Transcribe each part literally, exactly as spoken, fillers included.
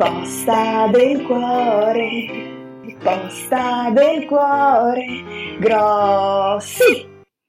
Risposta del cuore, risposta del cuore, grossi.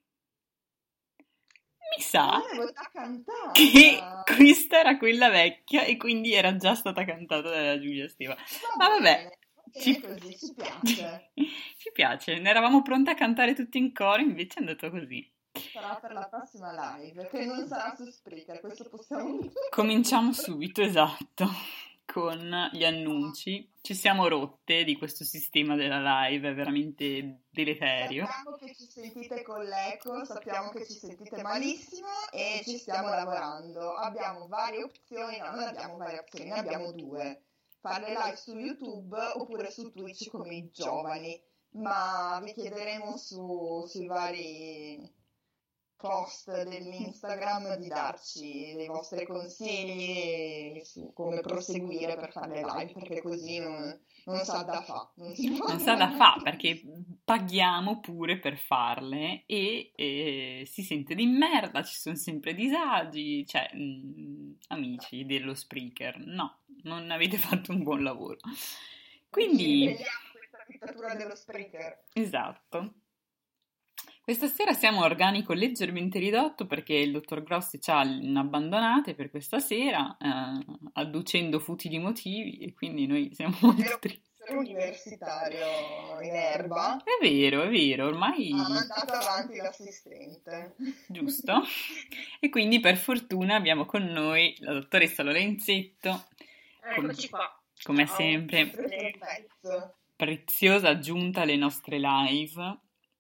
Mi sa che questa era quella vecchia e quindi era già stata cantata dalla Giulia Steva. Ma vabbè, ci... così, ci piace. Ci piace, ne eravamo pronte a cantare tutti in coro, invece è andato così. Sarà per la prossima live, che non sarà su Spreaker, questo possiamo dire. Cominciamo subito, esatto, con gli annunci. Ci siamo rotte di questo sistema della live, è veramente deleterio. Sappiamo che ci sentite con l'eco, sappiamo che ci sentite malissimo e ci stiamo lavorando. Abbiamo varie opzioni, no, non abbiamo varie opzioni, ne abbiamo due. Fare live su YouTube oppure su Twitch come i giovani, ma vi chiederemo su, sui vari post dell'Instagram di darci dei vostri consigli su come proseguire per fare le live, perché così non, non sa da fa. Non, non sa da fa, perché paghiamo pure per farle e, e si sente di merda, ci sono sempre disagi, cioè, mh, amici dello Spreaker, no, non avete fatto un buon lavoro. Quindi... Vediamo questa dittatura dello Spreaker. Esatto. Questa sera siamo a organico leggermente ridotto perché il dottor Grossi ci ha abbandonate per questa sera, eh, adducendo futili motivi, e quindi noi siamo molto tristi. Universitario in erba. È vero, è vero, ormai... Ha mandato avanti l'assistente. Giusto. E quindi per fortuna abbiamo con noi la dottoressa Lorenzetto. Eccoci qua. Come Ciao. sempre, Perfetto. preziosa aggiunta alle nostre live.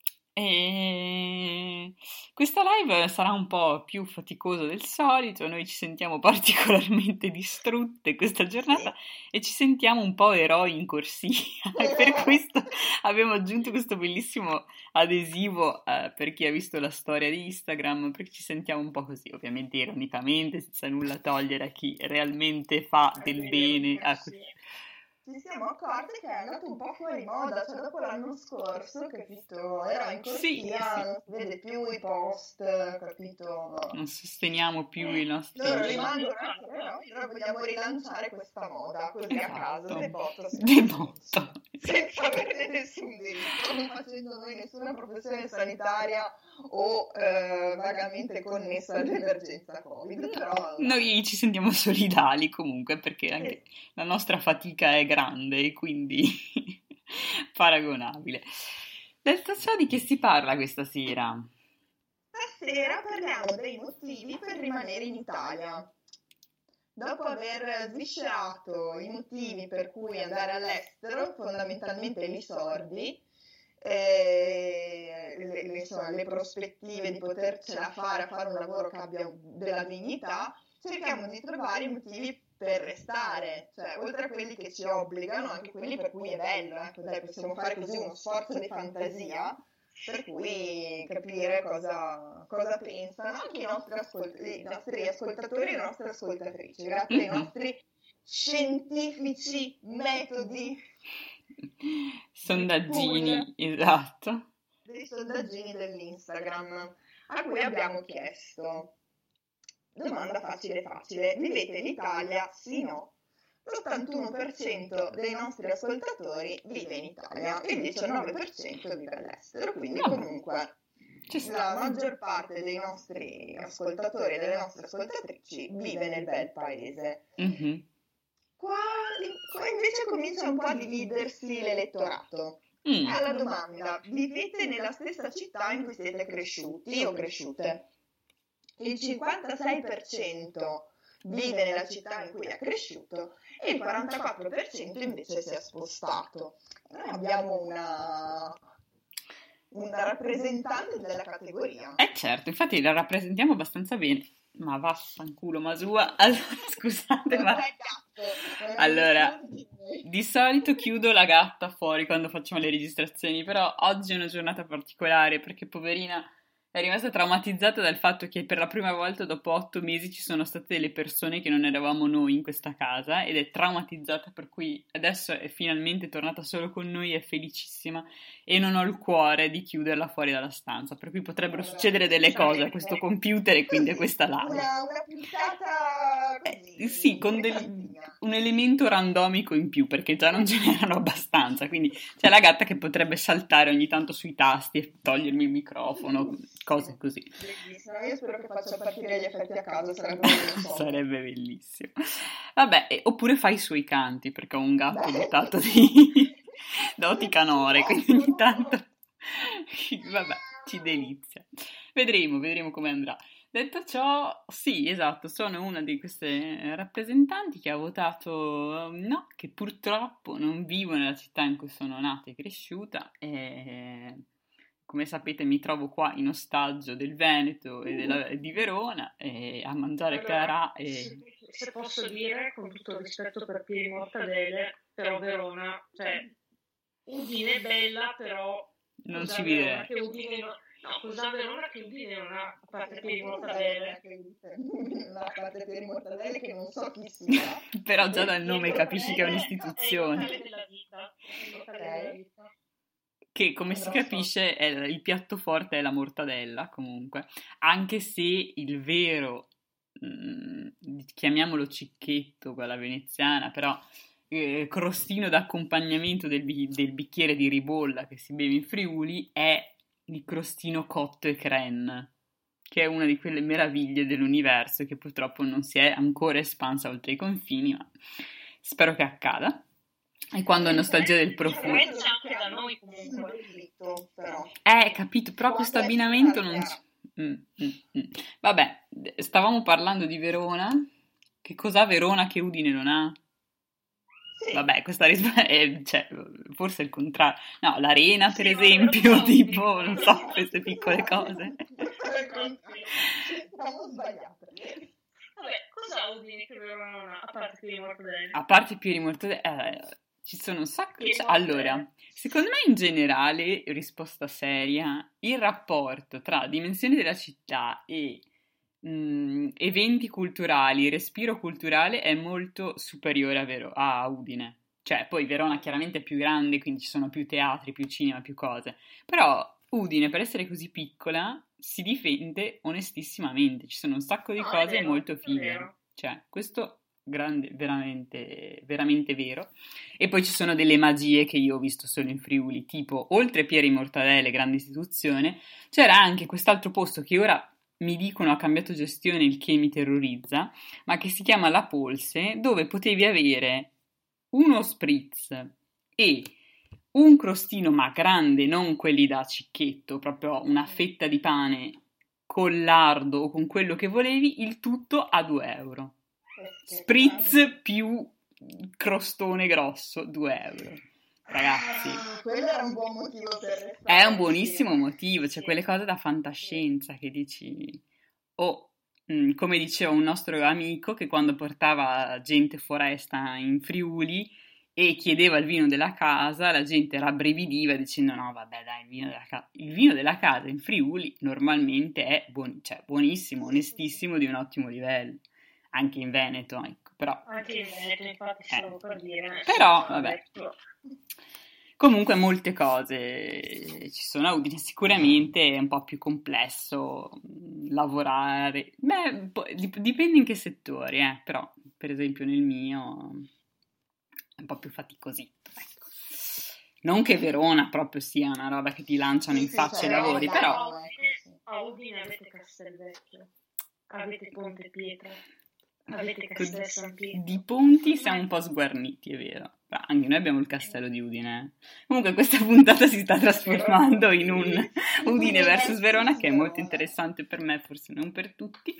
E questa live sarà un po' più faticosa del solito, noi ci sentiamo particolarmente distrutte questa giornata e ci sentiamo un po' eroi in corsia e per questo abbiamo aggiunto questo bellissimo adesivo eh, per chi ha visto la storia di Instagram, perché ci sentiamo un po' così, ovviamente ironicamente, senza nulla togliere a chi realmente fa del bene a questo. Ci siamo accorti che è andato un po' fuori moda, cioè dopo l'anno scorso, capito, era in corsia, sì, sì. Non si vede più i post, capito? Non sosteniamo più i nostri... Loro rimangono anche noi, noi vogliamo rilanciare questa moda, così esatto. a caso, de botto, de botto. senza avere nessun diritto, non facendo noi nessuna professione sanitaria o eh, vagamente connessa all'emergenza Covid, però... Noi ci sentiamo solidali comunque, perché anche sì. La nostra fatica è grande e quindi paragonabile. Detto ciò, di che si parla questa sera? Stasera parliamo dei motivi per rimanere in Italia. Dopo aver sviscerato i motivi per cui andare all'estero, fondamentalmente li sordi, eh, le, le, insomma, le prospettive di potercela fare a fare un lavoro che abbia della dignità, cerchiamo di trovare i motivi per restare, cioè oltre a quelli che ci obbligano, anche quelli per cui è bello, ecco, dai, possiamo fare così uno sforzo di fantasia, per cui capire cosa, cosa pensano anche i nostri, ascolt- i nostri ascoltatori e le nostre ascoltatrici, grazie ai nostri scientifici metodi. Sondaggini, esatto. Dei sondaggini dell'Instagram, a cui abbiamo chiesto: domanda facile facile, vivete in Italia? Sì, no? L'ottantuno per cento dei nostri ascoltatori vive in Italia, il diciannove per cento vive all'estero, quindi comunque la maggior parte dei nostri ascoltatori e delle nostre ascoltatrici vive nel bel paese. Mm-hmm. Qua, qua invece comincia un po' a dividersi l'elettorato. Mm. Alla domanda: vivete nella stessa città in cui siete cresciuti o cresciute? Il cinquantasei per cento vive nella città in cui è cresciuto e il quarantaquattro per cento invece si è spostato. Noi abbiamo una, una rappresentante della categoria. Eh certo, infatti la rappresentiamo abbastanza bene. Ma vaffanculo, ma sua... Allora, scusate, ma... Allora, di solito chiudo la gatta fuori quando facciamo le registrazioni, però oggi è una giornata particolare perché poverina è rimasta traumatizzata dal fatto che per la prima volta dopo otto mesi ci sono state delle persone che non eravamo noi in questa casa ed è traumatizzata, per cui adesso è finalmente tornata solo con noi, è felicissima e non ho il cuore di chiuderla fuori dalla stanza, per cui potrebbero succedere delle cose a questo computer e quindi a questa live. Una, una puntata così, eh, sì, con del, un elemento randomico in più, perché già non ce n'erano abbastanza, quindi c'è la gatta che potrebbe saltare ogni tanto sui tasti e togliermi il microfono, cose così. Bellissimo, io spero che faccia partire gli effetti a caso, sarebbe bellissimo. Sarebbe bellissimo. Vabbè, eh, oppure fai i suoi canti, perché ho un gatto dotato di doti canore, quindi ogni tanto, vabbè, ci delizia. Vedremo, vedremo come andrà. Detto ciò, sì, esatto, sono una di queste rappresentanti che ha votato no, che purtroppo non vivo nella città in cui sono nata e cresciuta e come sapete mi trovo qua in ostaggio del Veneto e della, di Verona e a mangiare Allora, carà e... se, se posso dire, con tutto il rispetto per Pieri Mortadelle, però Verona, cioè, Udine è bella, però... Non ci Verona vivrei. che Udine non... No, cosa Verona che Udine non ha, a parte Pieri Mortadelle. A parte Pieri Mortadelle che non so chi sia. Però già dal nome capisci che è un'istituzione. È il locale della vita. È il locale della vita. Che come si capisce è il piatto forte è la mortadella comunque, anche se il vero, mh, chiamiamolo cicchetto, quella veneziana, però eh, crostino d'accompagnamento del, bi- del bicchiere di ribolla che si beve in Friuli è il crostino cotto e crème, che è una di quelle meraviglie dell'universo che purtroppo non si è ancora espansa oltre i confini, ma spero che accada. E quando è nostalgia del profumo. C'è anche da noi comunque. Eh, capito, però questo abbinamento non c'è. Mm, mm, mm. Vabbè, stavamo parlando di Verona. Che cos'ha Verona che Udine non ha? Sì. Vabbè, questa risposta è, cioè, forse è il contrario. No, l'arena, per esempio, tipo, non so, queste piccole cose. Siamo sbagliate. Vabbè, cosa Udine che Verona non ha? A parte Pieri Mortadelle. A parte Pieri Mortadelle, eh, ci sono un sacco... Cioè, allora, secondo me in generale, risposta seria, il rapporto tra dimensioni della città e mh, eventi culturali, respiro culturale è molto superiore a, Vero- a Udine. Cioè, poi Verona chiaramente è più grande, quindi ci sono più teatri, più cinema, più cose. Però Udine, per essere così piccola, si difende onestissimamente. Ci sono un sacco di No, è cose vero, molto è fighe. vero. Cioè, questo grande, veramente, veramente vero. E poi ci sono delle magie che io ho visto solo in Friuli, tipo, oltre Pieri Mortadelle, grande istituzione, c'era anche quest'altro posto che ora mi dicono ha cambiato gestione, il che mi terrorizza, ma che si chiama La Polse, dove potevi avere uno spritz e un crostino, ma grande, non quelli da cicchetto, proprio una fetta di pane con lardo o con quello che volevi, il tutto a due euro. Spritz più crostone grosso, due euro. Ragazzi, Ah, quello era un buon motivo per restare. è un buonissimo motivo, cioè quelle cose da fantascienza che dici... Oh, mh, come diceva un nostro amico che quando portava gente foresta in Friuli e chiedeva il vino della casa, la gente rabbrividiva dicendo no vabbè dai, il vino della, ca- il vino della casa in Friuli normalmente è buon- cioè, buonissimo, onestissimo, di un ottimo livello, anche in Veneto, ecco, però... Anche in Veneto, infatti, Eh. stavo per dire. Però, Sì, vabbè. detto. Comunque molte cose ci sono a Udine, sicuramente è un po' più complesso mh, lavorare, beh, po- dip- dipende in che settore, eh, però per esempio nel mio è un po' più faticosito, ecco. Non che Verona proprio sia una roba che ti lanciano in Sì, sì, faccia cioè, i lavori, no, però no. A Udine avete Castelvecchio, avete Ponte Pietra, avete Così. Castel San Pietro. Di ponti siamo un po' sguarniti, è vero. Ma anche noi abbiamo il castello di Udine. Comunque questa puntata si sta trasformando in un Udine versus Verona che è molto interessante per me, forse non per tutti.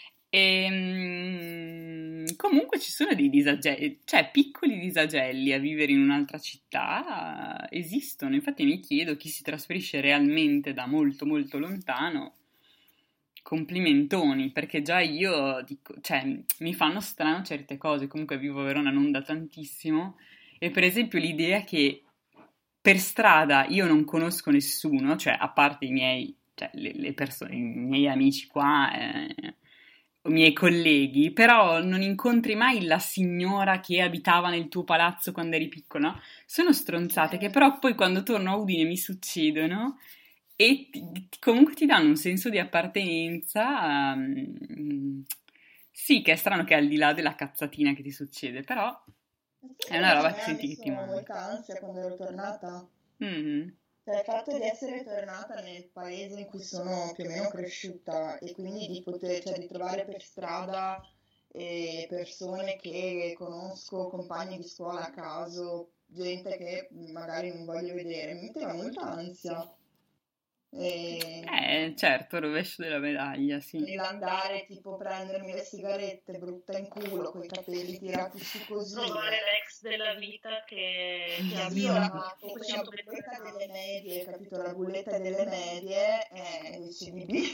E, comunque ci sono dei disagelli, cioè piccoli disagelli a vivere in un'altra città esistono. Infatti mi chiedo chi si trasferisce realmente da molto molto lontano. Complimentoni, perché già io dico, cioè mi fanno strano certe cose, comunque vivo a Verona non da tantissimo e per esempio l'idea che per strada io non conosco nessuno, cioè a parte i miei, cioè le, le persone, i miei amici qua, eh, i miei colleghi, però non incontri mai la signora che abitava nel tuo palazzo quando eri piccola, no? Sono stronzate che però poi quando torno a Udine mi succedono e ti- ti- comunque ti danno un senso di appartenenza, um, Sì, che è strano che al di là della cazzatina che ti succede, però Sì, è una roba a che me ha senti che messo ti manca. molta ansia quando ero tornata. Mm. Cioè, il fatto di essere tornata nel paese in cui sono più o meno cresciuta e quindi di poter, cioè, di trovare per strada eh, persone che conosco, compagni di scuola a caso, gente che magari non voglio vedere, mi metteva molta ansia. E Eh, certo, rovescio della medaglia, sì. nell'andare tipo prendermi le sigarette brutta in culo con i capelli tirati su così. Trovare l'ex della vita che ti ha Io la avviato con la questo bulletta delle medie, capito? La bulletta delle medie e dici di B.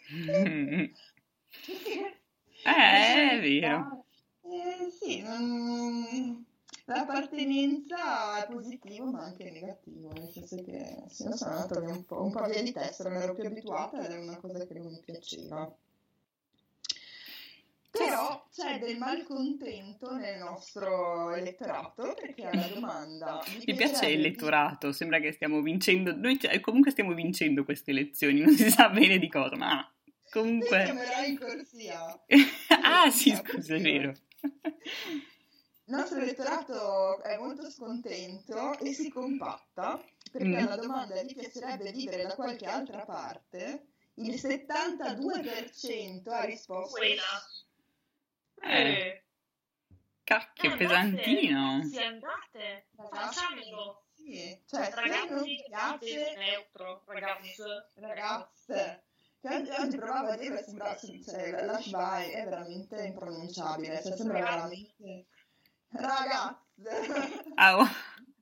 Eh, è vero. Eh, sì, non- l'appartenenza è positivo ma anche negativo, nel senso che sì, io sono andata via un po', un po' via di testa, non ero più abituata ed è una cosa che non mi piaceva. Però c'è del malcontento nel nostro elettorato perché alla domanda vi Mi piace piacerebbe vi- l'elettorato, sembra che stiamo vincendo, noi c- comunque stiamo vincendo queste elezioni, non si sa bene di cosa, ma Ti comunque... chiamerai in corsia. Ah sì, Corsia, scusa, è corsia. vero. Il nostro elettorato è molto scontento e si compatta perché Mm. alla domanda vi piacerebbe vivere da qualche altra parte, il settantadue per cento ha risposto Quella. Eh. Eh, Cacchio, eh, pesantino. andate, sì, andate, facciamolo. Sì, cioè se non Ragazzi, ti piace, neutro, ragazze. ragazze, che oggi, oggi provavo a dire, sembra, cioè, la Shbai è veramente impronunciabile, cioè sembra veramente ragazze. Ah, oh.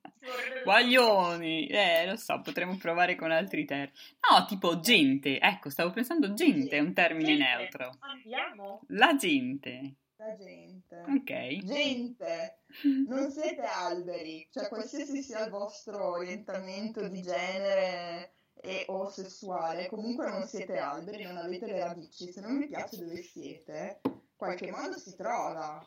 Guaglioni, eh, lo so, potremmo provare con altri termini. No, tipo gente, ecco, stavo pensando gente è un termine Gente, neutro. Andiamo. La gente. La gente. Ok. Gente, non siete alberi, cioè qualsiasi sia il vostro orientamento di genere e o sessuale, comunque non siete alberi, non avete le radici. Se non vi piace dove siete, qualche modo si trova.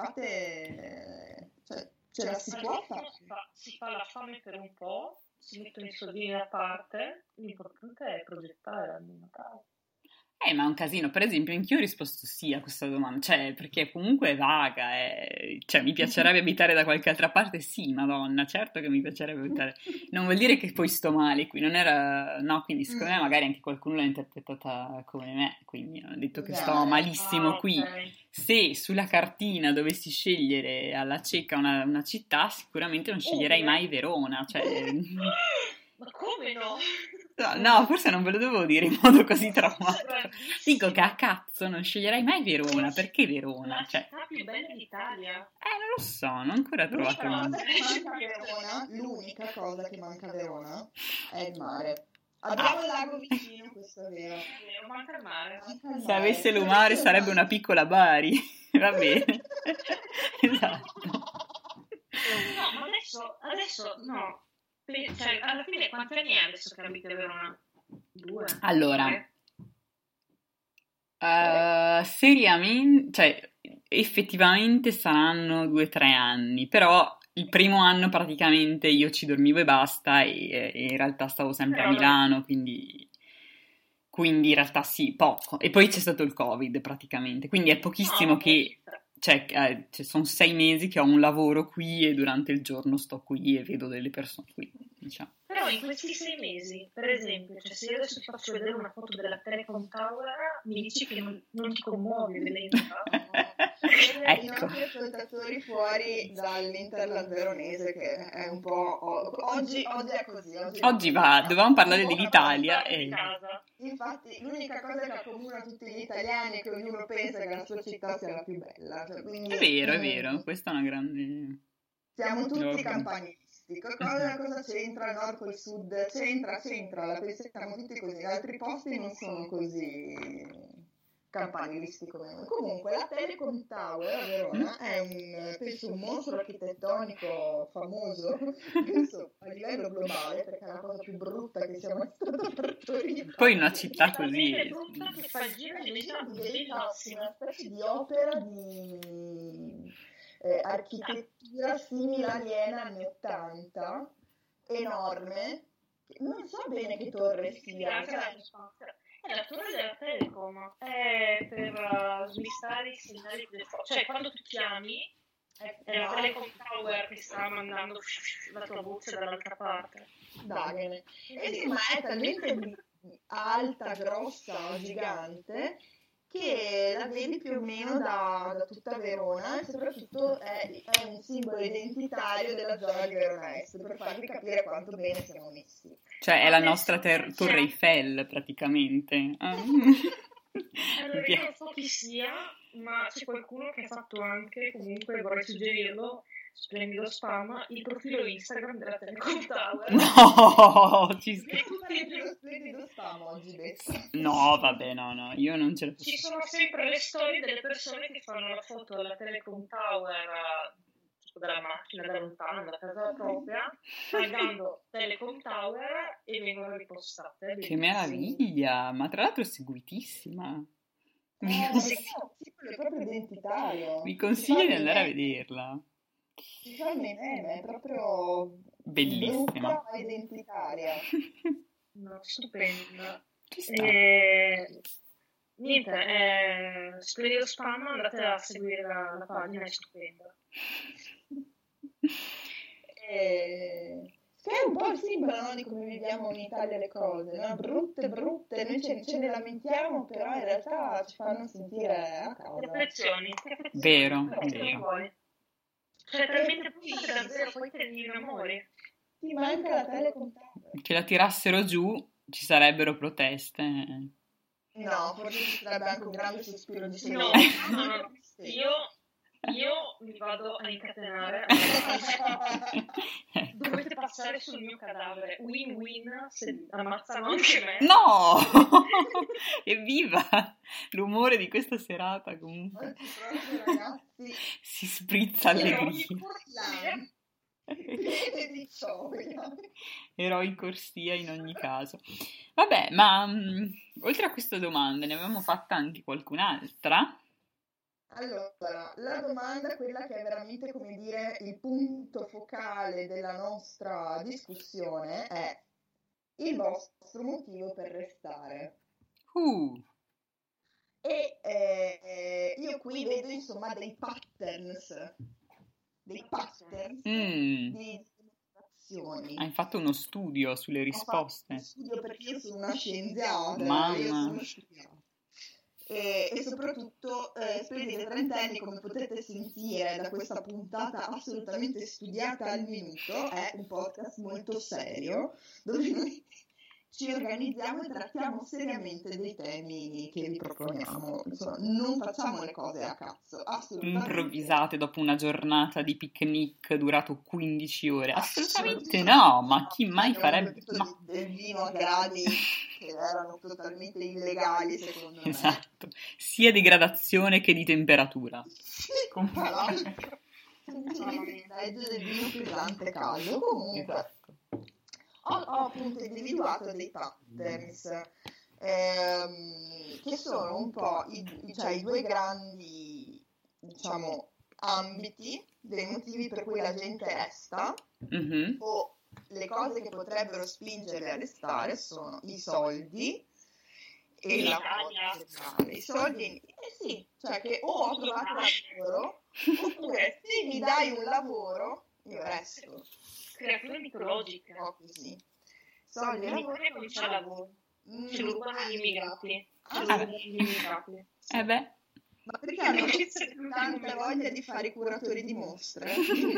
Fate, cioè, ce la si può fare. Si fa, si fa la fame per un po', si mettono i soldini da parte, l'importante è progettare almeno casa. Eh, ma è un casino. Per esempio, anch'io ho risposto sì a questa domanda, cioè, perché comunque è vaga, eh. Cioè, mi piacerebbe abitare da qualche altra parte? Sì, madonna, certo che mi piacerebbe abitare. Non vuol dire che poi sto male qui, non era... No, quindi secondo me magari anche qualcuno l'ha interpretata come me, quindi ho detto che sto malissimo Ah, qui. ok. Se sulla cartina dovessi scegliere alla cieca una, una città, sicuramente non sceglierei mai Verona, cioè... Ma come no? No, no, forse non ve lo dovevo dire in modo così traumatico. Dico che a cazzo non sceglierei mai Verona, perché Verona? La Cioè, città più bella d'Italia. eh, non lo so, non ho ancora trovato L'unica un... cosa che manca a Verona, l'unica cosa che manca a Verona è il mare. Abbiamo il lago vicino, questo è vero. Vero, manca il mare. Manca il Se mare. avesse il mare sarebbe una piccola Bari, va bene. Esatto. No, ma adesso, adesso no. Cioè, alla fine quanti anni è adesso che abiti a Verona? Due? Allora, Tre? uh, seriamente, cioè, effettivamente saranno due o tre anni, però il primo anno praticamente io ci dormivo e basta e, e in realtà stavo sempre Però a no. Milano, quindi, quindi in realtà sì, poco. E poi c'è stato il Covid praticamente, quindi è pochissimo No, che... Cioè, eh, cioè, sono sei mesi che ho un lavoro qui e durante il giorno sto qui e vedo delle persone qui, diciamo. Però in questi sei mesi, per esempio, cioè se io adesso ti faccio vedere una foto della Telecom Tower, mi dici che non, non ti commuovi vedendo I Ecco. nostri ascoltatori fuori dall'Interland veronese che è un po'... Oggi, oggi è così. Oggi, Oggi va, dovevamo parlare dell'Italia e... Infatti l'unica cosa che accomuna tutti gli italiani è che ognuno pensa che la sua città sia la più bella. Cioè, quindi, È vero, è mm, vero, questa è una grande... siamo tutti Giorno. campanisti. Cosa, cosa c'entra il nord col sud? C'entra, c'entra, la pensiamo tutti così. Gli altri posti non sono così campanilisti come noi. Comunque la Telecom Tower a Verona è un, penso, un mostro architettonico famoso, penso a livello globale, perché è la cosa più brutta che sia mai stata partorita. Poi una città così... È brutta che fa il giro e diventa bellissima. Una specie di opera di eh, architettura simile aliena anni ottanta, enorme. Non so bene che torre sia. Cioè, Eh, È la torre della Telecom, è per uh, smistare i segnali telefonici. Cioè, quando tu chiami, è, è la Telecom Tower che sta mandando la tua voce dall'altra parte. Dai, e sì, ma è talmente alta, grossa, gigante, che la vedi più o meno da, da tutta Verona, e soprattutto è, è un simbolo identitario della zona di Verona Est, per farvi capire quanto bene siamo messi. Cioè è la nostra ter- Torre Eiffel praticamente. Allora, io non so chi sia, ma c'è qualcuno che ha fatto anche, comunque vorrei suggerirlo, splendido spam, il profilo Instagram della Telecom Tower. No, ci sta. Lo splendido spam oggi, detto. No, vabbè, no, no, io non ce la Ci sono sempre le storie delle persone che fanno la foto alla Telecom Tower, tipo dalla macchina, da lontano, da casa propria, taggando Telecom Tower e vengono ripostate. Che meraviglia, ma tra l'altro è seguitissima. Vi, Eh, cons- sì, quello è proprio identitario. vi consiglio di andare a vederla. Si fa il meme, è proprio Bellissima. brutta ma identitaria. No, stupenda. Ci sta. E... Niente, è splendido spam, andate a seguire la, la pagina, è stupenda. E... Che è un po' il simbolo, no, di come viviamo in Italia le cose, no? Brutte, brutte, noi ce, ce ne lamentiamo, però in realtà ci fanno sentire a casa. Riflessioni, Vero, però, se vero. vuoi. Cioè, talmente brutta che davvero poi te ne innamori. Ti manca la Telecom Tower. Che la tirassero giù, ci sarebbero proteste. No, forse ci sarebbe anche un grande sospiro di No, sollievo. no, no, io, io mi vado a incatenare. Ecco. Dovete passare sul mio cadavere. Win-win se ammazzano anche me. No! Evviva! L'umore di questa serata comunque Oggi proprio, ragazzi, si sprizza allegria. piene di gioia. Eroi corsia in ogni caso. Vabbè, ma mh, oltre a queste domande ne avevamo fatta anche qualcun'altra? Allora, la domanda, quella che è veramente, come dire, il punto focale della nostra discussione è: il vostro motivo per restare. Uh, E eh, io qui vedo insomma dei patterns, dei patterns mm, di motivazioni. hai fatto uno studio sulle Ho fatto risposte. uno studio perché io sono una scienziata, Mamma. io sono studiata. E, e soprattutto eh, Splendide Trentenni, come potete sentire da questa puntata assolutamente studiata al minuto, è un podcast molto serio dove noi ci organizziamo e trattiamo seriamente dei temi che vi proponiamo. Insomma, non facciamo le cose a cazzo, assolutamente. Improvvisate dopo una giornata di picnic durato quindici ore. Assolutamente no, ma chi mai farebbe? No. Del vino a gradi che erano totalmente illegali, secondo me. Esatto, sia di gradazione che di temperatura. Tra l'altro, peggio del vino pesante caldo. Comunque, Esatto. ho, ho appunto individuato dei patterns ehm, che sono un po' i, cioè, i due grandi, diciamo, ambiti dei motivi per cui la gente resta, Mhm. o le cose che potrebbero spingerle a restare sono i soldi e In la Italia? voglia. I soldi, eh sì, cioè che o ho trovato lavoro, oppure se mi dai un lavoro io resto. Creature mitologiche. Un po' così. Soldi e In lavoro. Italia non c'è lavoro. Ce lo rubano gli immigrati. Ce lo Ah, rubano gli immigrati. Eh beh, ma perché hanno tanta voglia di fare i curatori di mostre?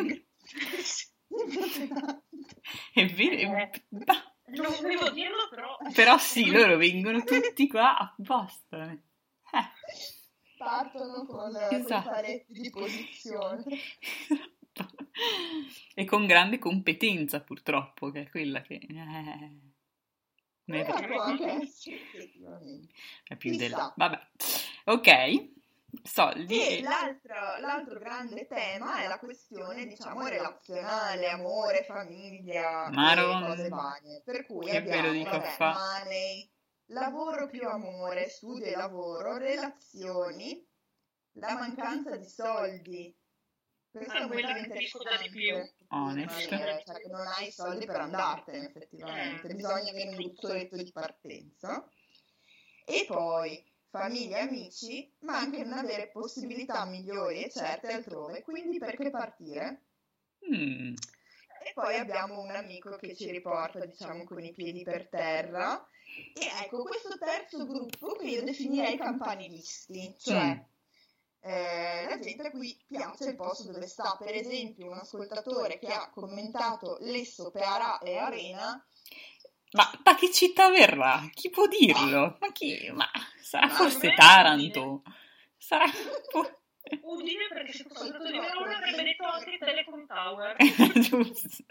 è vero. Eh. Bah, Non volevo dirlo, però. però sì, loro vengono tutti qua apposta. Eh. Partono con Esatto. quei paletti di posizione. Esatto. E con grande competenza, purtroppo, che è quella che eh, ne Eh, può anche essere, effettivamente. è più Chissà. della... Vabbè, ok, soldi. E e- l'altro, l'altro grande tema è la questione, diciamo, relazionale, amore, famiglia Madonna. e cose varie. Per cui Che ve lo abbiamo, dico a vabbè, fa? money, lavoro più amore, studio e lavoro, relazioni, la mancanza di soldi. Questo Ah, è quella molto che ti scusa di più. interessante. Honest. Rimanere, cioè che non hai i soldi per andartene, effettivamente. Eh. Bisogna avere un gruzzoletto di partenza. e poi famiglia e amici, ma anche non avere possibilità migliori e certe altrove, quindi perché partire? Mm. E poi abbiamo un amico che ci riporta, diciamo, con i piedi per terra. E ecco, questo terzo gruppo che io definirei campanilisti, cioè Mm. eh, la gente a cui piace il posto dove sta. Per esempio, un ascoltatore che ha commentato Lesso, Pearà e Arena. Ma da che città verrà? Chi può dirlo? Ma chi? Ma sarà Ma forse non è Taranto? Sarà... Udine, perché se fosse stato di Verona avrebbe detto anche Telecom Tower. Giusto.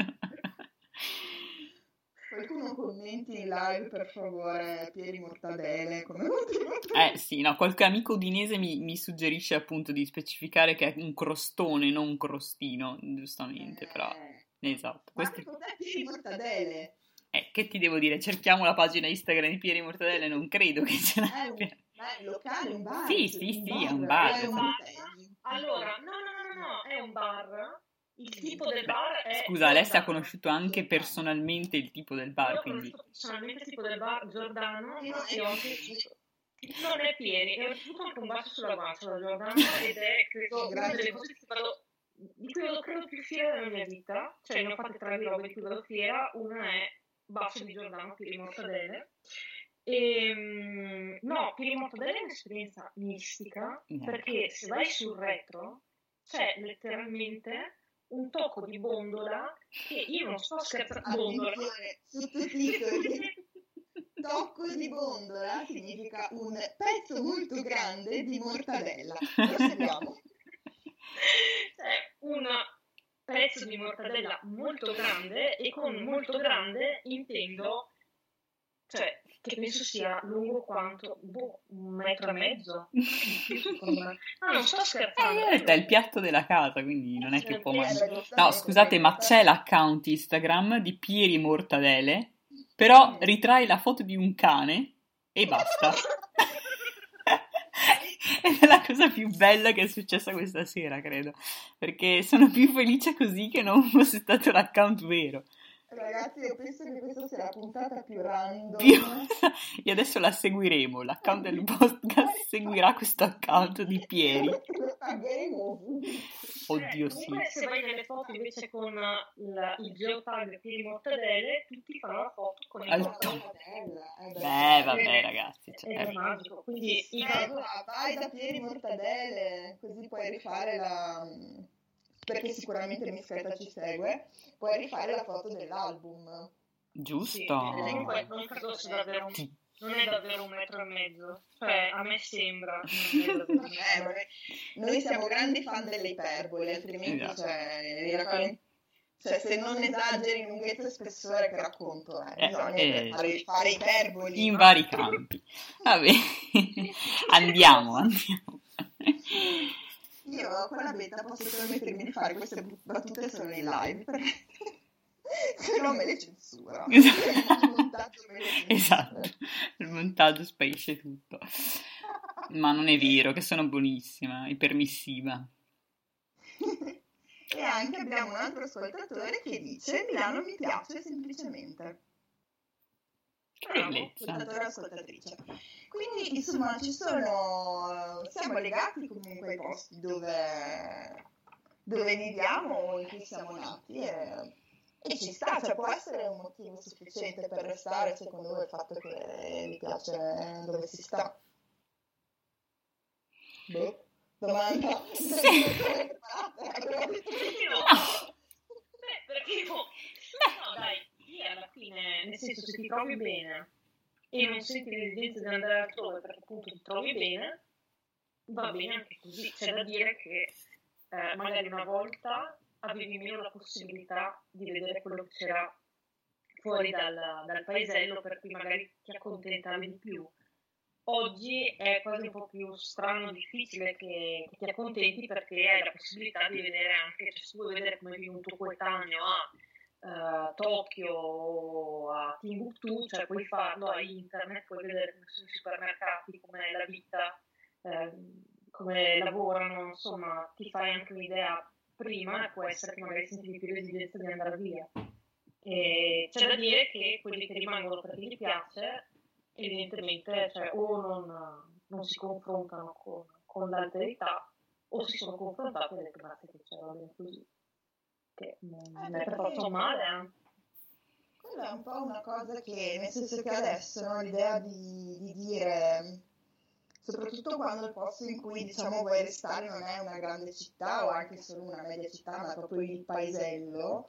Qualcuno commenti in live, per favore, Pieri Mortadelle, come ultimo. Eh sì, no, qualche amico udinese mi, mi suggerisce appunto di specificare che è un crostone, non un crostino, giustamente, però... Esatto. Ma Questi... cos'è Pieri Mortadelle? Eh, che ti devo dire? Cerchiamo la pagina Instagram di Pieri Mortadelle, non credo che ce l'abbia. Ma è un locale, un bar? Sì, sì, un sì, bar, è un bar. È un bar. Allora, no, no, no, no, è un bar. Il tipo del bar è... Scusa, Alessia ha conosciuto anche personalmente il tipo del bar, Io ho quindi... conosciuto personalmente il tipo del bar Giordano e ho anche... Non è Pieri, e ho ricevuto anche un bacio sulla guancia da Giordano ed è, credo, una delle cose che vado... di cui vado credo più fiera nella mia vita. Cioè, ne ho fatte tre di robe di cui vado fiera. Una è bacio di Giordano, Pieri Mortadelle. E, no, Pieri Mortadelle è un'esperienza mistica, perché se vai sul retro c'è letteralmente un tocco di bondola che io non sto scherzando. Bondola. Sottotitoli. Tocco di bondola significa un pezzo molto grande di mortadella. Proseguiamo. C'è un pezzo di mortadella molto grande, e con molto grande intendo, cioè, che penso sia lungo quanto, boh, un metro e mezzo. No, non sto scherzando. Eh, in realtà è il piatto della casa, quindi non è che può mangiare. No, scusate, ma c'è l'account Instagram di Pieri Mortadelle, però ritrae la foto di un cane e basta. Ed è la cosa più bella che è successa questa sera, credo, perché sono più felice così che non fosse stato l'account vero. Ragazzi, io penso che questa sia la puntata più random. Più... E adesso la seguiremo, l'account del podcast seguirà questo account di Pieri. Lo pagheremo. Oddio, eh, sì. Se vai nelle foto invece con la, il geotag Pieri Mortadelle, tutti fanno la foto con il Al mortadella. Beh, vabbè, ragazzi. Cioè, È magico. Quindi in caso... vai da Pieri Mortadelle, così puoi rifare la... perché sicuramente Mischetta ci segue, puoi rifare la foto dell'album. Giusto. Sì, comunque non credo sia davvero un... non è davvero un metro e mezzo, cioè a me sembra. Non è eh, noi siamo grandi fan delle iperbole, altrimenti esatto. cioè, raccon... cioè, se non esageri lunghezza e spessore che racconto, eh, bisogna eh, fare, fare iperboli. In vari campi. Vabbè, andiamo, andiamo. Io con la beta posso permettermi di fare queste battute solo in live, perché se no me le censura. Esatto. Il montaggio me le censura. Esatto, il montaggio sparisce tutto. Ma non è vero, che sono buonissima e permissiva. E anche abbiamo un altro ascoltatore che dice: Milano mi piace semplicemente. Bravo, ascoltatore ascoltatrice. Quindi insomma ci sono, siamo legati comunque ai posti dove, dove viviamo o in cui siamo nati e, e ci sta, cioè può essere un motivo sufficiente per restare secondo voi il fatto che vi piace dove si sta? Boh, domanda. Sì. No. Beh, perché no? No, dai, lì alla fine, nel senso, se ti trovi bene e non senti l'esigenza di andare altrove perché appunto ti trovi bene, va bene anche così. C'è da dire che eh, magari una volta avevi meno la possibilità di vedere quello che c'era fuori dal, dal paesello, per cui magari ti accontentavi di più. Oggi è quasi un po' più strano, difficile che, che ti accontenti, perché hai la possibilità di vedere anche, cioè se vuoi vedere come vive un tuo coetaneo a uh, Tokyo o a Timbuktu, cioè puoi farlo, a internet, puoi vedere come sono i supermercati, com'è la vita, eh, come lavorano, insomma ti fai anche un'idea prima, e può essere che magari senti più l'esigenza di andare via. E c'è da dire che quelli che rimangono perché gli piace evidentemente cioè, o non, non si confrontano con, con l'alterità o si sono confrontate e hanno detto grazie che c'era bene così, che non Eh, non è per perché forza male, eh. quella è un po' una cosa che, nel senso che adesso, no, l'idea di, di dire, soprattutto quando il posto in cui diciamo vuoi restare non è una grande città o anche solo una media città, ma proprio il paesello,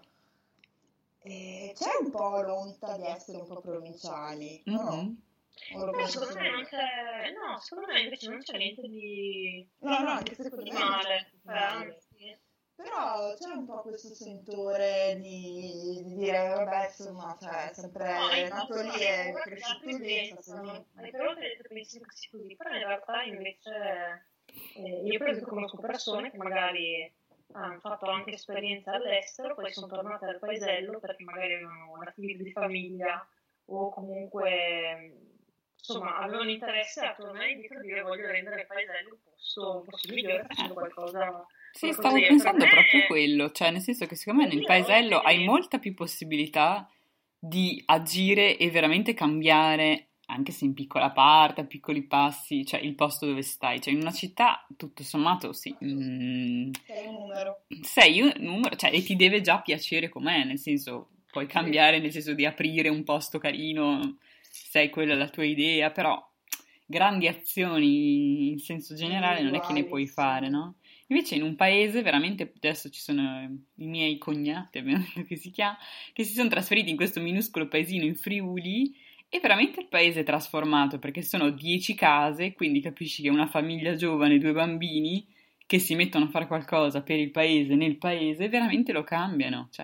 eh, c'è un po' l'onta di essere un po' provinciali, no? Mhm. O lo Però penso secondo solo me non io? c'è, no, secondo me invece non c'è niente di, No, no, anche secondo di me non c'è male, niente di cioè, male. anzi, Però c'è un po' questo sentore di, di dire, vabbè, insomma, cioè, è no, hai sempre nato paura, lì, hai è paura che gli cresciuto altri lì, sta pensano, lì. hai paura che gli altri pensino che sia così, però in realtà invece eh, io per esempio conosco persone che magari hanno fatto anche esperienze all'estero, poi sono tornate al paesello perché magari avevano un'attività di famiglia o comunque insomma avevano interesse a tornare indietro e dire voglio rendere il paesello un posto, un posto migliore facendo qualcosa, Sì, qualcosa stavo di per pensando me proprio quello, cioè nel senso che secondo me per nel dire paesello hai oggi molta più possibilità di agire e veramente cambiare, anche se in piccola parte, a piccoli passi, cioè il posto dove stai. Cioè in una città, tutto sommato, sì, mm, Sei un numero. sei un numero, cioè e ti deve già piacere com'è, nel senso puoi cambiare, nel senso di aprire un posto carino, se quella è la tua idea, però grandi azioni in senso generale non è che ne Individuali, puoi fare, sì. no? Invece in un paese veramente, adesso ci sono i miei cognati, abbiamo detto che si chiama, che si sono trasferiti in questo minuscolo paesino in Friuli e veramente il paese è trasformato perché sono dieci case, quindi capisci che una famiglia giovane, due bambini che si mettono a fare qualcosa per il paese, nel paese, veramente lo cambiano, cioè...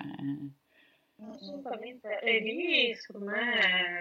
Mm-mm. assolutamente, e lì secondo me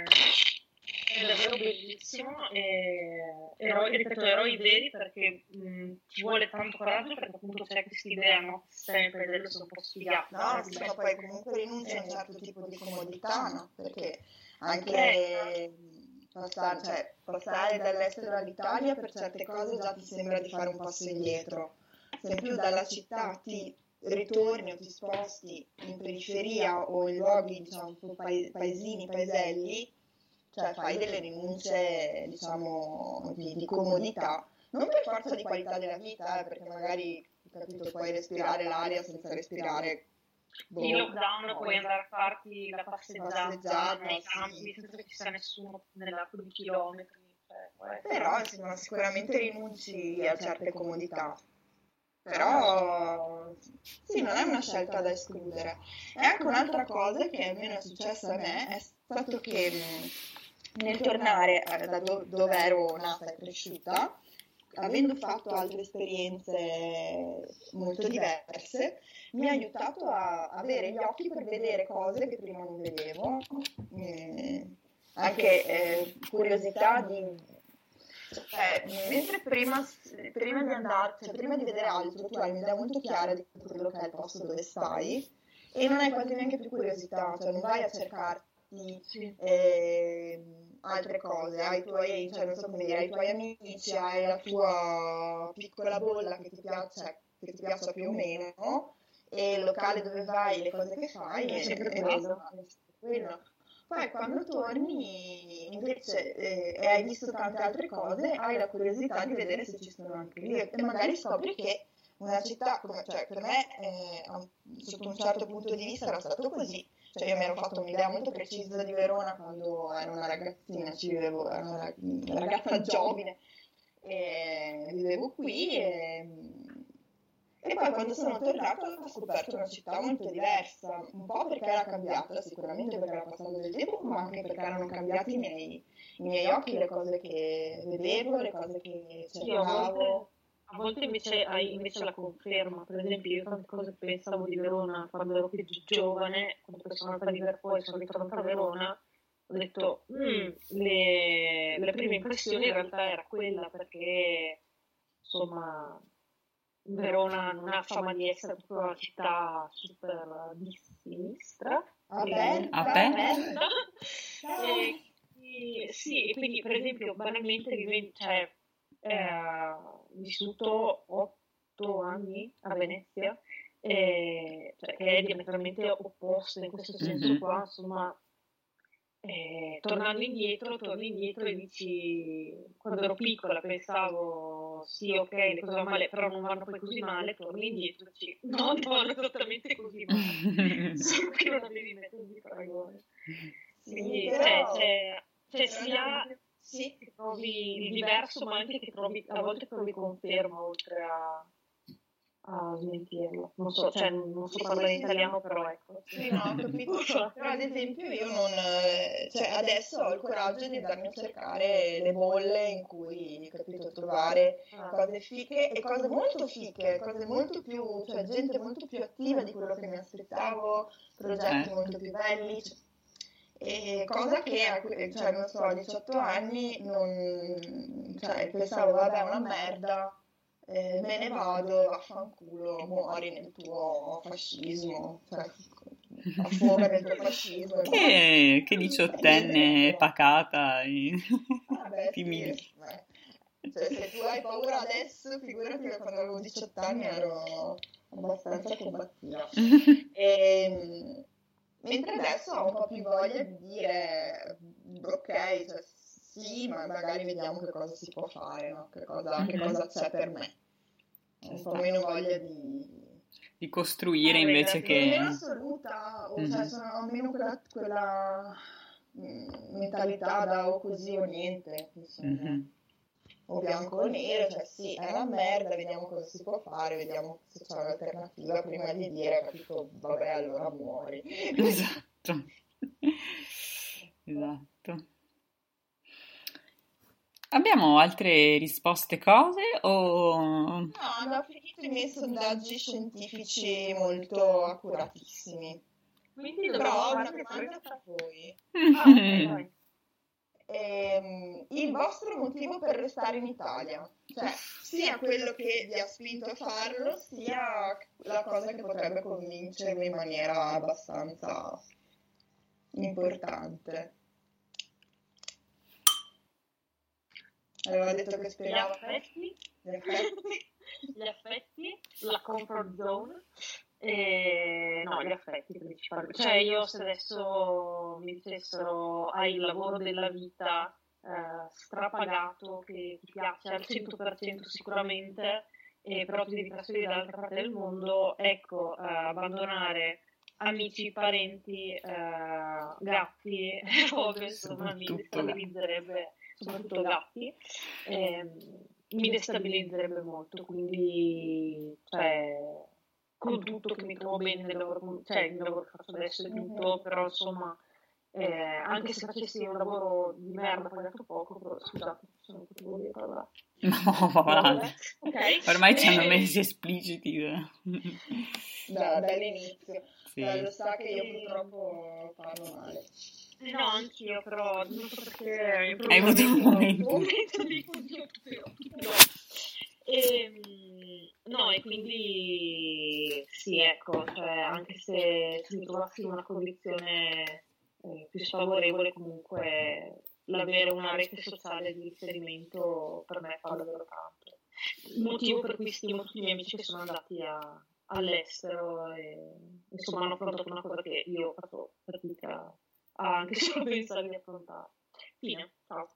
è davvero bellissimo e eroi, ripeto, eroi veri perché mh, ci vuole tanto coraggio perché appunto c'è questa idea, no? Sempre dello sono un po' sfigato, No, sì, ma poi comunque rinuncia a un eh, certo tipo di comodità, no? Perché anche eh, passare, cioè, passare dall'estero all'Italia per certe cose già ti sembra di fare un passo indietro. Se in più dalla città ti ritorni o ti sposti in periferia o in luoghi, diciamo, un po' pae- paesini, paeselli, cioè fai delle rinunce, diciamo, di, di comodità, non per forza di qualità della vita, eh, perché magari, capito, puoi respirare l'aria senza respirare, in boh, lockdown puoi poi andare a farti la passeggiata passeggiata, nei sì. campi senza che ci sia nessuno nell'arco di chilometri, cioè, può essere Però, anche- insomma, sicuramente rinunci a certe comodità. Però, sì, non è una scelta da escludere. E anche un'altra cosa che almeno è successa a me è stato che mh, nel tornare eh, da do- dove ero nata e cresciuta, avendo fatto altre esperienze molto diverse, mi ha aiutato a avere gli occhi per vedere cose che prima non vedevo, eh, anche eh, curiosità di... Cioè, mentre prima, prima di andare, cioè prima di vedere altro, tu hai un'idea molto chiara di quello che è il posto dove stai e non hai quasi neanche più curiosità, cioè non vai a cercarti sì. eh, altre cose, hai i tuoi, cioè non so come dire, hai i tuoi amici, hai la tua piccola bolla che ti piace, che ti piaccia più o meno, e il locale dove vai, le cose che fai, È e, sempre e quello. basta, è sempre quello. Poi quando torni invece eh, e hai visto tante altre cose, hai la curiosità di vedere se ci sono anche lì e magari scopri che una città come, cioè per me eh, a un- sotto un certo punto di vista era stato così, cioè io mi ero fatto un'idea molto precisa di Verona quando ero una ragazzina, ci vivevo, ero una, una ragazza giovane e vivevo qui e, e poi quando sono tornata ho scoperto una città molto diversa, un po' perché era cambiata, sicuramente perché era passato del tempo, ma anche perché erano cambiati i miei, i miei occhi, le cose che vedevo, le cose che Sì, a volte, cercavo. a volte invece hai invece la conferma. Per esempio, io tante cose che pensavo di Verona quando ero più giovane, quando poi sono andata a vivere poi, sono ritornata a Verona, ho detto, "Mm, le, le prime impressioni in realtà era quella, perché insomma Verona non ha fama di essere proprio una città super di sinistra, quindi Aperta? Aperta? e, quindi- sì, e quindi per esempio banalmente viven- cioè, eh, ho vissuto otto anni a Venezia, eh, cioè, che è diametralmente opposta in questo senso Mhm. qua, insomma, Eh, tornando indietro, torni indietro e dici, quando ero piccola pensavo sì, ok, le cose vanno male, però non vanno poi così male, torni indietro e dici no, non vanno esattamente così male, solo che non avevi metodi di paragone. Quindi Sì, cioè, però... c'è, c'è però sia sì, che trovi il diverso, ma anche che trovi, a volte trovi conferma oltre a, a smentirlo. Non so, cioè, non so parlare in italiano, però ecco. sì, no, ho capito. Però ad esempio io non, eh, cioè adesso ho il coraggio di andarmi a cercare le bolle in cui, capito, trovare Ah, cose fiche e cose molto fiche, cose molto più, cioè gente molto più attiva di quello che mi aspettavo, progetti Eh, molto più belli, cioè, e cosa che, a que- cioè, non so, a diciotto anni non, cioè, pensavo, vabbè, è una merda, eh, me ne vado, vaffanculo, muori nel tuo fascismo, cioè, affoga nel tuo fascismo e basta. che, che E diciottenne invece, pacata e vabbè, sì, timida. beh, cioè, se tu hai paura adesso, figurati che quando avevo diciotto anni ero abbastanza combattiva. E, mentre adesso ho un po' più voglia di dire, ok, cioè, sì, ma magari vediamo che cosa si può fare, no? Che cosa, che Mhm. cosa c'è per me. Ho Ci un po' sta. meno voglia di... Di costruire invece arrenderti. Sono meno che... assoluta, o cioè Mhm. sono, ho meno quella, quella mm, mentalità da o così o niente, insomma. Mhm. O bianco o nero, cioè sì, è una merda, vediamo cosa si può fare, vediamo se c'è un'alternativa prima di dire, capito, vabbè, allora muori. Esatto. Esatto. Abbiamo altre risposte cose o... No, abbiamo finito i miei sondaggi scientifici molto accuratissimi. Quindi Però dobbiamo ho una fare le domanda tre. per voi. Ah, ok, vai. Ehm, il vostro motivo per restare in Italia, cioè sia quello che vi ha spinto a farlo, sia la cosa che potrebbe convincervi in maniera abbastanza importante. Aveva detto che Gli spiegava affetti, gli effetti. gli affetti, la comfort zone, e no, gli affetti principalmente. Cioè io se adesso mi dicessero hai il lavoro della vita eh, strapagato che ti piace al cento per cento sicuramente, e però ti devi trasferire dall'altra parte del mondo, ecco, eh, abbandonare amici, parenti, eh, gatti, robe, insomma, mi Soprattutto gatti. destabilizzerebbe, soprattutto gatti, ehm, mi destabilizzerebbe molto, quindi, cioè, con tutto che mi trovo bene nel lavoro, cioè il lavoro che faccio adesso e tutto, però insomma, eh, anche se facessi un lavoro di merda pagato poco, però, scusate, non potevo dire parola. No, va Vabbè, avanti. ok. Ormai ci hanno Eh, messi espliciti. Da- dall'inizio. Cioè, Sì. lo sa che io purtroppo parlo male. Eh no, anch'io, però non so perché Hai avuto un momento. un momento di confusione tutto tutto. E, no, e quindi sì, ecco, cioè, anche se, se mi trovassi in una condizione eh, più sfavorevole, comunque l'avere una rete sociale di riferimento per me fa davvero tanto. Il motivo per cui stimo tutti i miei amici che sono andati a, all'estero e insomma hanno affrontato una cosa che io faccio fatica a anche solo pensare di affrontare. Fine, ciao.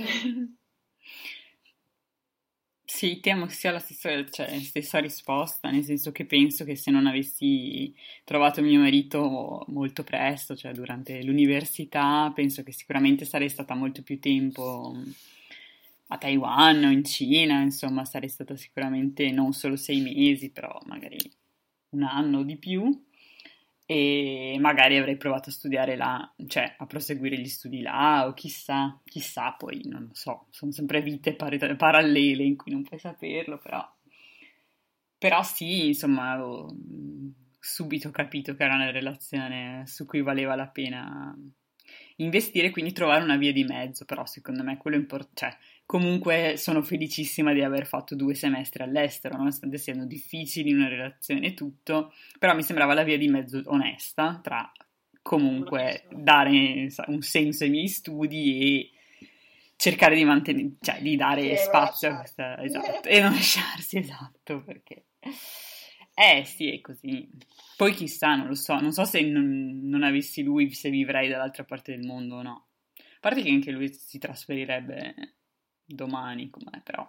Sì, temo che sia la stessa, cioè, stessa risposta, nel senso che penso che se non avessi trovato mio marito molto presto, cioè durante l'università, penso che sicuramente sarei stata molto più tempo a Taiwan o in Cina, insomma, sarei stata sicuramente non solo sei mesi, però magari un anno o di più. E magari avrei provato a studiare là, cioè a proseguire gli studi là, o chissà, chissà, poi non lo so, sono sempre vite par- parallele in cui non puoi saperlo, però, però sì, insomma, avevo mm, subito capito che era una relazione su cui valeva la pena investire, quindi trovare una via di mezzo, però secondo me quello importante, cioè comunque sono felicissima di aver fatto due semestri all'estero, nonostante siano difficili in una relazione e tutto, però mi sembrava la via di mezzo onesta tra comunque dare un senso ai miei studi e cercare di mantenere, cioè di dare Sì, spazio a lasciarsi. questa, esatto, e non lasciarsi, esatto, perché eh sì, è così. Poi chissà, non lo so, non so se non, non avessi lui, se vivrei dall'altra parte del mondo o no. A parte che anche lui si trasferirebbe domani, com'è, però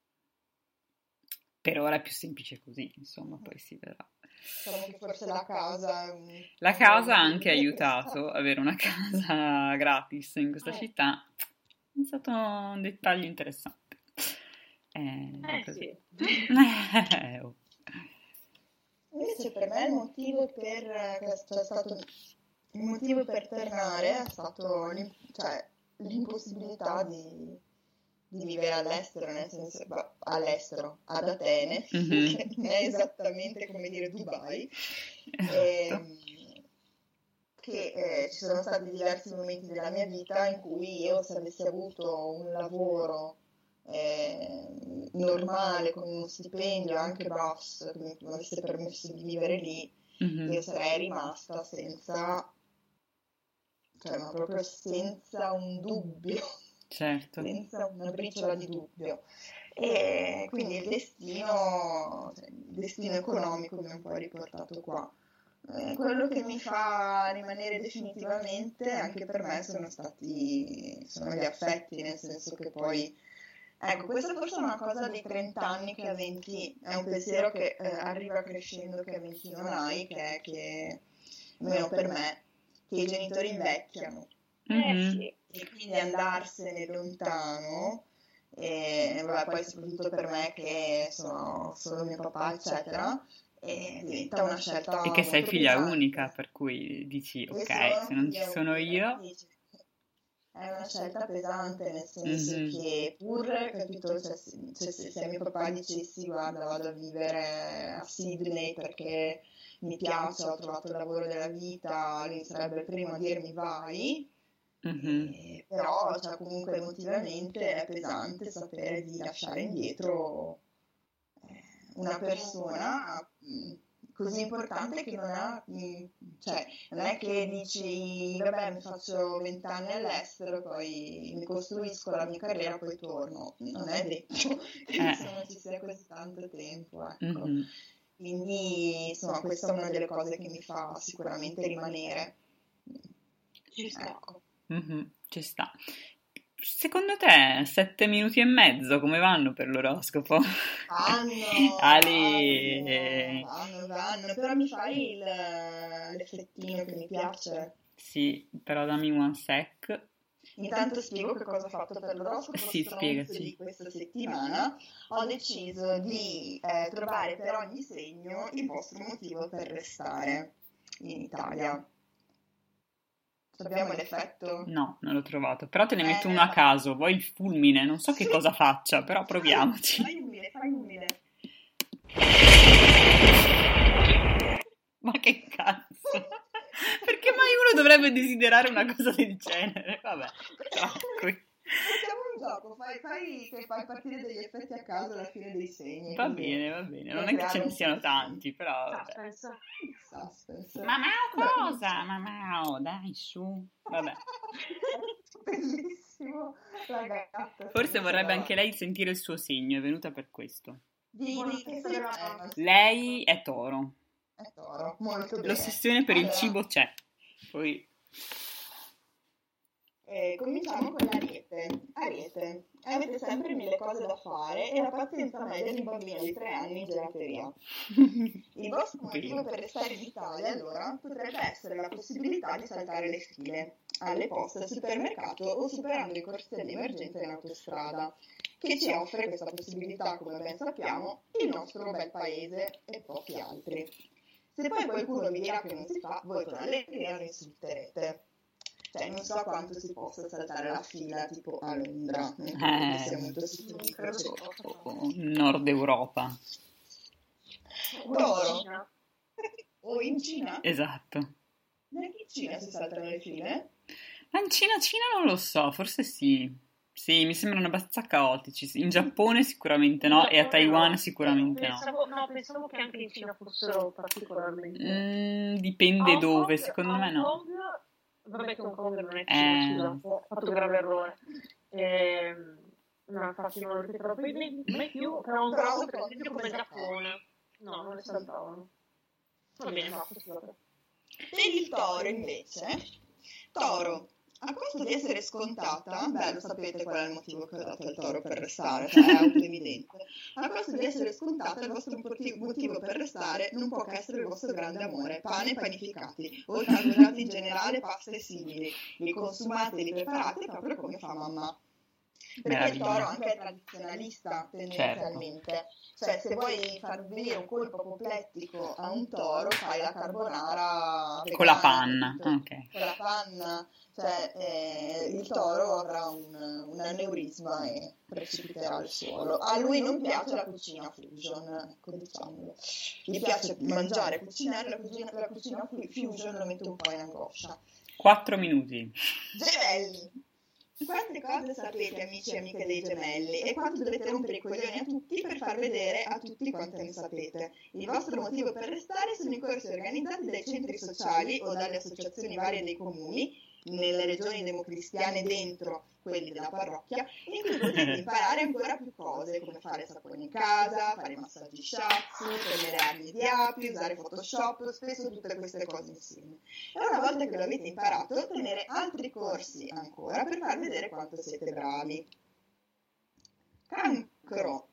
per ora è più semplice così, insomma, poi si vedrà. Diciamo che forse la casa... è un- La casa ha anche aiutato, avere una casa gratis in questa Eh. città è stato un dettaglio interessante. Eh, Eh così. sì. Eh, oh. Invece per me il motivo per... che c'è stato... Il motivo per tornare è stato l'im- cioè, l'impossibilità di, di vivere all'estero, nel senso, beh, all'estero, ad Atene, Mhm. che non è esattamente come dire Dubai, Esatto. ehm, che eh, ci sono stati diversi momenti della mia vita in cui io, se avessi avuto un lavoro eh, normale, con uno stipendio anche basso, che mi mi avesse permesso di vivere lì, Mhm. io sarei rimasta senza, cioè, ma proprio senza un dubbio, Certo. senza una briciola di dubbio. E quindi il destino, cioè, il destino economico mi ha un po' riportato qua. Eh, quello che mi fa rimanere definitivamente, anche per me, sono stati, sono gli affetti, nel senso che poi, ecco, questa forse è una cosa dei trenta anni che a venti, è un pensiero che eh, arriva crescendo che a venti non hai, che è che, almeno per me, che i genitori invecchiano. Eh Mhm. sì. E quindi andarsene lontano, e vabbè, poi soprattutto per me che sono solo mio papà, eccetera, e diventa una scelta E che sei molto figlia pesante. unica, per cui dici, E ok, sono se non ci figlia sono unica, io... quindi è una scelta pesante, nel senso Mhm. che pur, capito, cioè, se, cioè, se, se a mio papà dicessi guarda vado a vivere a Sydney perché mi piace, ho trovato il lavoro della vita, lui sarebbe il primo a dirmi vai, Mhm. e- però cioè, comunque emotivamente è pesante sapere di lasciare indietro eh, una persona mh, così importante che non ha, mh, cioè, non è che dici, vabbè, mi faccio vent'anni all'estero, poi mi costruisco la mia carriera, poi torno. Non è detto che Eh. insomma, ci sia così tanto tempo, ecco. Mhm. Quindi, insomma, questa è una delle cose che mi fa sicuramente rimanere. Ci sta. Ecco. Mhm. Ci sta. Secondo te, sette minuti e mezzo, come vanno per l'oroscopo? Vanno, Ale! vanno, vanno, vanno, però mi fai il, l'effettino che mi piace. Sì, però dammi one sec. Intanto spiego che cosa ho fatto per l'oroscopo Sì, stronzo spiegaci. di questa settimana. Ho deciso di eh, trovare per ogni segno il vostro motivo per restare in Italia. Abbiamo l'effetto? No, non l'ho trovato. Però te ne metto Eh, uno a ma- caso. Vuoi il fulmine? Non so che Sì. cosa faccia, però proviamoci. Fai umile, fai umile. Ma che cazzo? Perché mai uno dovrebbe desiderare una cosa del genere? Vabbè, tranqui. Facciamo un gioco, fai, fai che fai partire degli effetti a caso alla fine dei segni. Va così. bene, va bene. Per Non è che ce creare ne un siano po' di tanti, però vabbè. Suspense. suspense. Mamma Vabbè, cosa? Mamma, dai, su. Vabbè. Bellissimo, la gatta. Forse vorrebbe anche lei sentire il suo segno, è venuta per questo. Di, di che segno è? Lei è toro. È toro, molto bene. L'ossessione per il Allora, cibo c'è. Poi eh, cominciamo con l'Ariete. Ariete, avete sempre mille cose da fare e la pazienza media di un bambino di tre anni in gelateria. Il vostro motivo per restare in Italia, allora, potrebbe essere la possibilità di saltare le file alle poste, al supermercato o superando i corsi di emergenza in autostrada, che ci offre questa possibilità, come ben sappiamo, il nostro bel paese e pochi altri. Se poi qualcuno vi dirà che non si fa, voi con allegria lo insulterete. Cioè, non so quanto si possa saltare la fila, tipo a Londra, non credo che sia molto sicuro. Credo si possa fare. Nord Europa. Toro. O in Cina? Esatto. Neanche in Cina si saltano le file? Ma in Cina, Cina non lo so, forse sì. Sì, mi sembrano abbastanza caotici. In Giappone sicuramente no, e a Taiwan sicuramente no. Pensavo, no, pensavo che anche in Cina fossero particolarmente. Mm, dipende Hong dove, Kong- secondo me Hong no. Kong, vabbè che Hong Kong non è Eh. Cina, scusa, ho fatto grave errore. Ehm, no, infatti non lo ripeterò mai, mai più, però Hong Però Kong Hong per Kong esempio come come Giappone. Giappone. No, non le saltavano. Va bene, basta, scusate. Per il toro invece, toro, a costo di essere scontata, beh, lo sapete qual è il motivo che ho dato al toro per restare, cioè è autoevidente, a costo di essere scontata il vostro motivo per restare non può che essere il vostro grande amore, pane e panificati, o carboidrati in generale, pasta e simili, li consumate e li preparate proprio come fa mamma. Perché il toro anche è tradizionalista tendenzialmente, certo. Cioè se vuoi far venire un colpo apoplettico a un toro fai la carbonara vegana, con la panna, okay. Con la panna, cioè eh, il toro avrà un, un aneurisma e precipiterà al suolo. A lui non piace la cucina fusion, ecco, diciamolo. Gli piace mangiare, cucinare, la cucina, la cucina fusion lo mette un po' in angoscia. Quattro minuti. Gemelli. Quante cose sapete, amici e amiche dei gemelli, e quanto dovete rompere i coglioni a tutti per far vedere a tutti quante ne sapete. Il vostro motivo per restare sono i corsi organizzati dai centri sociali o dalle associazioni varie dei comuni, nelle regioni democristiane dentro quelli della parrocchia, in cui potete imparare ancora più cose, come fare sapone in casa, fare massaggi shiatsu, prendere armi di api, usare Photoshop, spesso tutte queste cose insieme. E una volta che lo avete imparato, tenere altri corsi ancora per far vedere quanto siete bravi. Cancro.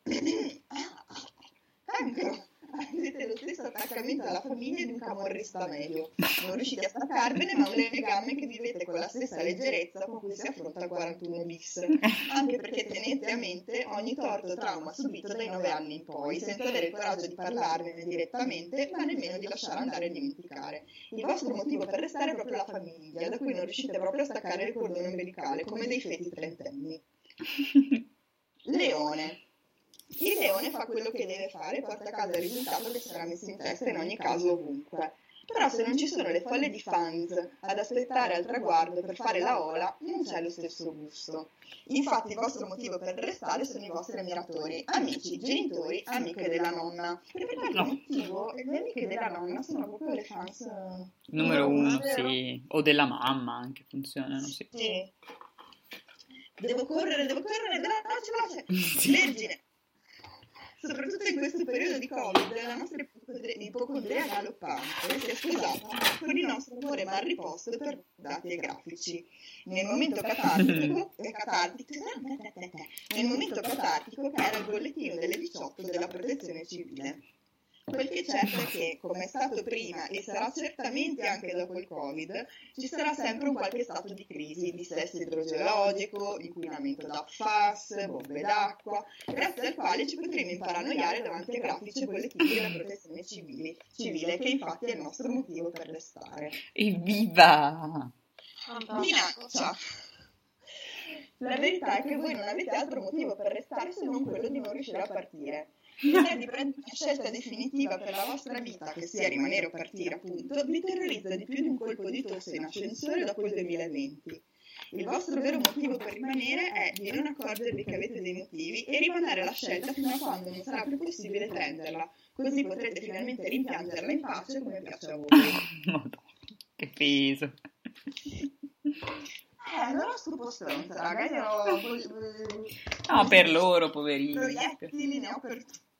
Cancro. Avete lo stesso attaccamento alla famiglia di un camorrista medio. Non riuscite a staccarvene, ma un legame che vivete con la stessa leggerezza con cui si affronta il quarantuno bis. Anche perché tenete a mente ogni torto trauma subito dai nove anni in poi, senza avere il coraggio di parlarne direttamente, ma nemmeno di lasciare andare a dimenticare. Il vostro motivo per restare è proprio la famiglia, da cui non riuscite proprio a staccare il cordone umbilicale, come dei feti trentenni. Leone. Il leone fa quello che deve fare e porta a casa il risultato che sarà messo in testa in ogni caso ovunque. Però se non ci sono le folle di fans ad aspettare al traguardo per fare la ola, non c'è lo stesso gusto. Infatti il vostro motivo per restare sono i vostri ammiratori, amici, genitori, amiche della nonna. Per qualche no. motivo le amiche della nonna sono proprio le fans numero uno, sì, o della mamma anche funzionano, sì. Sì. Devo correre, devo correre, veloce, veloce. Vergine. Soprattutto in questo periodo di Covid, la nostra ipocondria galoppante si è sposata con il nostro amore mal riposto per dati e grafici. Nel momento catartico, eh, catartico, nel momento catartico che era il bollettino delle diciotto della Protezione Civile. Quel che è certo è che, come è stato prima e sarà certamente anche dopo il Covid, ci sarà sempre un qualche stato di crisi, dissesto idrogeologico, inquinamento da F A S, bombe d'acqua, grazie al quale ci potremo imparanoiare davanti ai grafici e bollettini della Protezione civile, civile, che infatti è il nostro motivo per restare. Evviva! Minaccia! La verità è che voi non avete altro motivo per restare se non quello di non riuscire a partire. L'idea di prendere una scelta definitiva per la vostra vita, che sia rimanere o partire appunto, vi terrorizza di più di un colpo di tosse in ascensore dopo il duemilaventi. Il vostro vero motivo per rimanere è di non accorgervi che avete dei motivi e rimandare la scelta fino a quando non sarà più possibile prenderla, così potrete finalmente rimpiangerla in pace come piace a voi. Madonna, che peso! Eh, non ho stupo stronza, raga, io ho... No, per loro, poverini. Proiettili ne ho per tutti.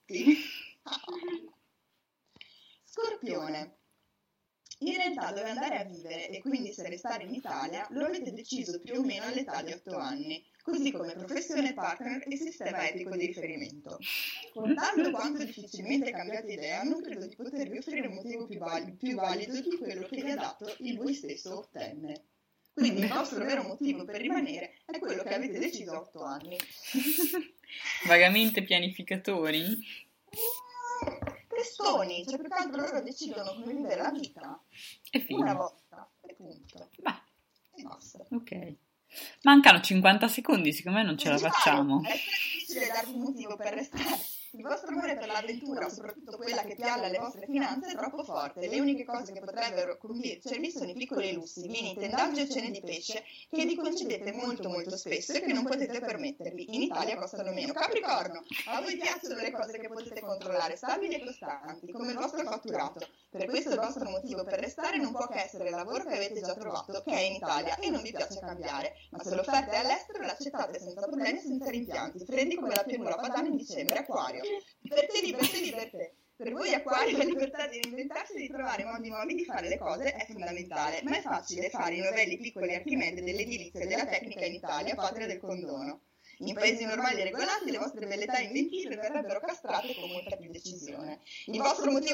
Scorpione. In realtà dove andare a vivere e quindi se restare in Italia lo avete deciso più o meno all'età di otto anni, così come professione, partner e sistema etico di riferimento. Contando quanto difficilmente cambiate idea, non credo di potervi offrire un motivo più, val- più valido di quello che vi ha dato il voi stesso ottenne. Quindi il vostro vero motivo per rimanere è quello che avete deciso a otto anni. Vagamente pianificatori? Testoni, cioè perché altro loro decidono come vivere la vita e una volta, e punto. Beh. E basta. Ok. Mancano cinquanta secondi, secondo me non ce la facciamo. È difficile darvi un motivo per restare. Il vostro amore per l'avventura, soprattutto quella che pialla le vostre finanze, è troppo forte. Le uniche cose che potrebbero convincervi sono i piccoli lussi, vini, tendaggi e cene di pesce che vi concedete molto molto spesso e che non potete permettervi. In Italia costano meno. Capricorno, a voi piacciono le cose che potete controllare, stabili e costanti, come il vostro fatturato. Per questo il vostro motivo per restare non può che essere il lavoro che avete già trovato, che è in Italia, e non vi piace cambiare. Ma se l'offerta è all'estero, l'accettate senza problemi e senza rimpianti, freddi come la pianura padana in dicembre, Acquario. Libertà, libertà, libertà. Per voi acquari la libertà di reinventarsi e di trovare modi nuovi di fare le cose è fondamentale, ma è facile fare i novelli piccoli Archimede dell'edilizia e della tecnica in Italia, patria del condono. In paesi normali e regolati le vostre bellezze inventive verrebbero castrate con molta più decisione. Il vostro motivo